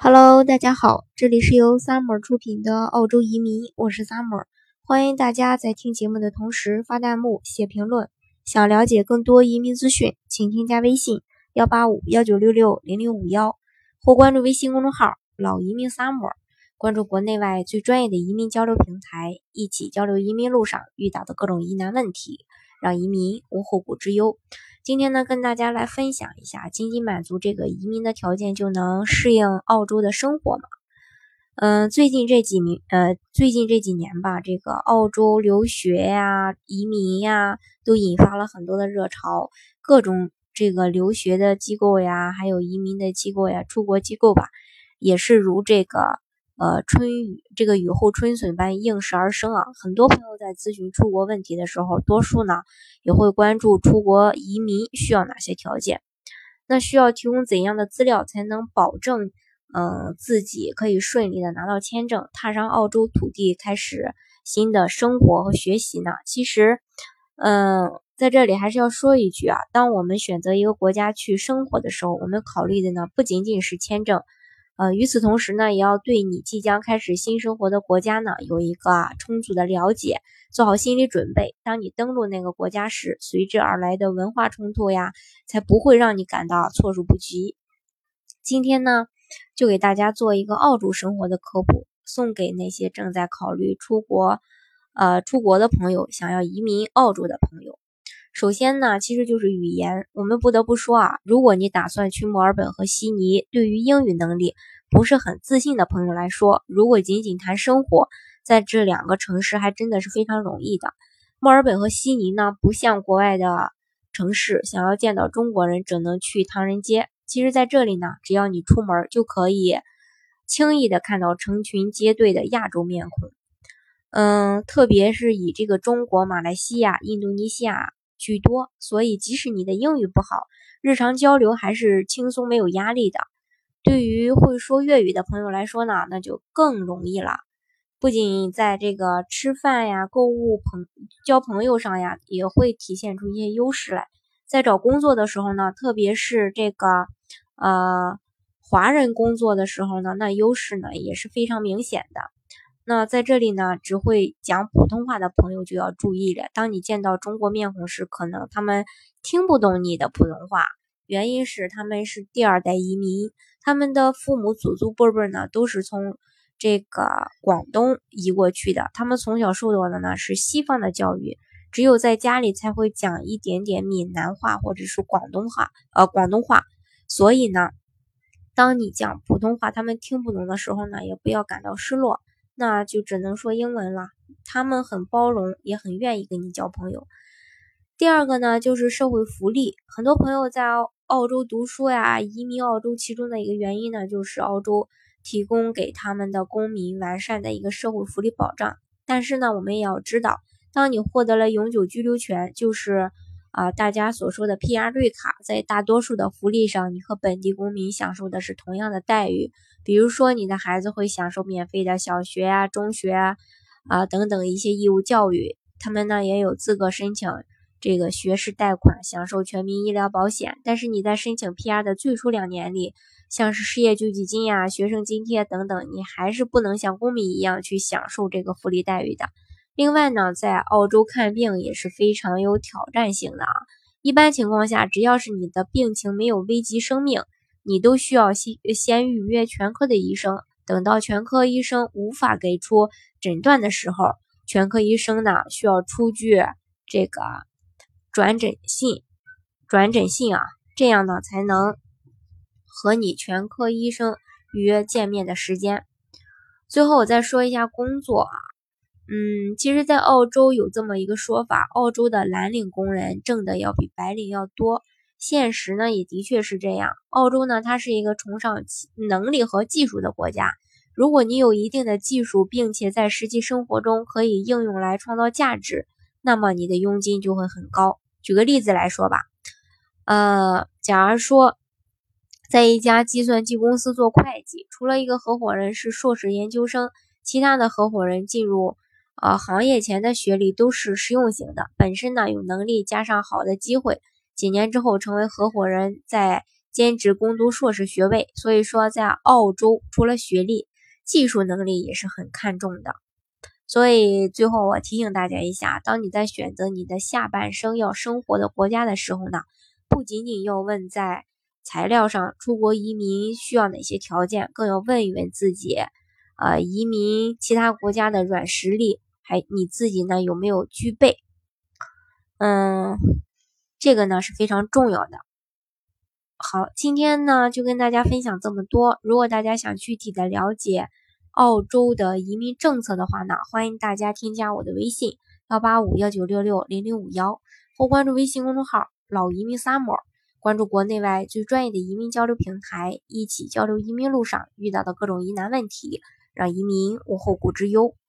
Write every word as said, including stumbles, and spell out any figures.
Hello，大家好，这里是由 Summer 出品的澳洲移民，我是 Summer， 欢迎大家在听节目的同时发弹幕、写评论。想了解更多移民资讯，请添加微信幺八五幺九六六零零五幺或关注微信公众号老移民 Summer， 关注国内外最专业的移民交流平台，一起交流移民路上遇到的各种疑难问题，让移民无后顾之忧。今天呢，跟大家来分享一下，仅仅满足这个移民的条件就能适应澳洲的生活吗？嗯、呃，最近这几年，呃，最近这几年吧，这个澳洲留学呀、移民呀，都引发了很多的热潮，各种这个留学的机构呀，还有移民的机构呀，出国机构吧，也是如这个呃春雨这个雨后春笋般应时而生啊。很多朋友在咨询出国问题的时候，多数呢也会关注出国移民需要哪些条件，那需要提供怎样的资料才能保证呃自己可以顺利的拿到签证，踏上澳洲土地开始新的生活和学习呢？其实嗯、呃，在这里还是要说一句啊，当我们选择一个国家去生活的时候，我们考虑的呢不仅仅是签证，呃，与此同时呢，也要对你即将开始新生活的国家呢有一个啊充足的了解，做好心理准备。当你登陆那个国家时，随之而来的文化冲突呀，才不会让你感到措手不及。今天呢，就给大家做一个澳洲生活的科普，送给那些正在考虑出国，呃，出国的朋友，想要移民澳洲的朋友。首先呢，其实就是语言。我们不得不说啊，如果你打算去墨尔本和悉尼，对于英语能力不是很自信的朋友来说，如果仅仅谈生活，在这两个城市还真的是非常容易的。墨尔本和悉尼呢，不像国外的城市，想要见到中国人只能去唐人街。其实在这里呢，只要你出门就可以轻易的看到成群结队的亚洲面孔。嗯，特别是以这个中国、马来西亚、印度尼西亚居多，所以即使你的英语不好，日常交流还是轻松没有压力的。对于会说粤语的朋友来说呢，那就更容易了。不仅在这个吃饭呀、购物、朋交朋友上呀，也会体现出一些优势来。在找工作的时候呢，特别是这个呃华人工作的时候呢，那优势呢也是非常明显的。那在这里呢，只会讲普通话的朋友就要注意了。当你见到中国面孔时，可能他们听不懂你的普通话，原因是他们是第二代移民，他们的父母祖祖辈辈呢都是从这个广东移过去的，他们从小受到的呢是西方的教育，只有在家里才会讲一点点闽南话或者是广东话，呃广东话。所以呢，当你讲普通话他们听不懂的时候呢，也不要感到失落。那就只能说英文了，他们很包容，也很愿意跟你交朋友。第二个呢，就是社会福利。很多朋友在澳洲读书呀，移民澳洲，其中的一个原因呢，就是澳洲提供给他们的公民完善的一个社会福利保障。但是呢，我们也要知道，当你获得了永久居留权，就是啊、呃、大家所说的 P R 绿卡，在大多数的福利上，你和本地公民享受的是同样的待遇。比如说你的孩子会享受免费的小学啊、中学啊、啊等等一些义务教育，他们呢也有资格申请这个学士贷款，享受全民医疗保险。但是你在申请 P R 的最初两年里，像是失业救济金呀、学生津贴等等，你还是不能像公民一样去享受这个福利待遇的。另外呢，在澳洲看病也是非常有挑战性的啊。一般情况下，只要是你的病情没有危及生命，你都需要先先预约全科的医生，等到全科医生无法给出诊断的时候，全科医生呢需要出具这个转诊信，转诊信啊，这样呢才能和你全科医生预约见面的时间。最后我再说一下工作啊，嗯，其实在澳洲有这么一个说法，澳洲的蓝领工人挣的要比白领要多。现实呢也的确是这样，澳洲呢它是一个崇尚能力和技术的国家，如果你有一定的技术，并且在实际生活中可以应用来创造价值，那么你的佣金就会很高。举个例子来说吧，呃，假如说在一家计算机公司做会计，除了一个合伙人是硕士研究生，其他的合伙人进入呃行业前的学历都是实用型的，本身呢有能力加上好的机会，几年之后成为合伙人，在兼职攻读硕士学位。所以说在澳洲除了学历，技术能力也是很看重的。所以最后我提醒大家一下，当你在选择你的下半生要生活的国家的时候呢，不仅仅要问在材料上出国移民需要哪些条件，更要问一问自己呃，移民其他国家的软实力，还你自己呢有没有具备。嗯，这个呢是非常重要的。好，今天呢就跟大家分享这么多。如果大家想具体的了解澳洲的移民政策的话呢，欢迎大家添加我的微信幺八五幺九六六零零五幺，或关注微信公众号老移民 Summer， 关注国内外最专业的移民交流平台，一起交流移民路上遇到的各种疑难问题，让移民无后顾之忧。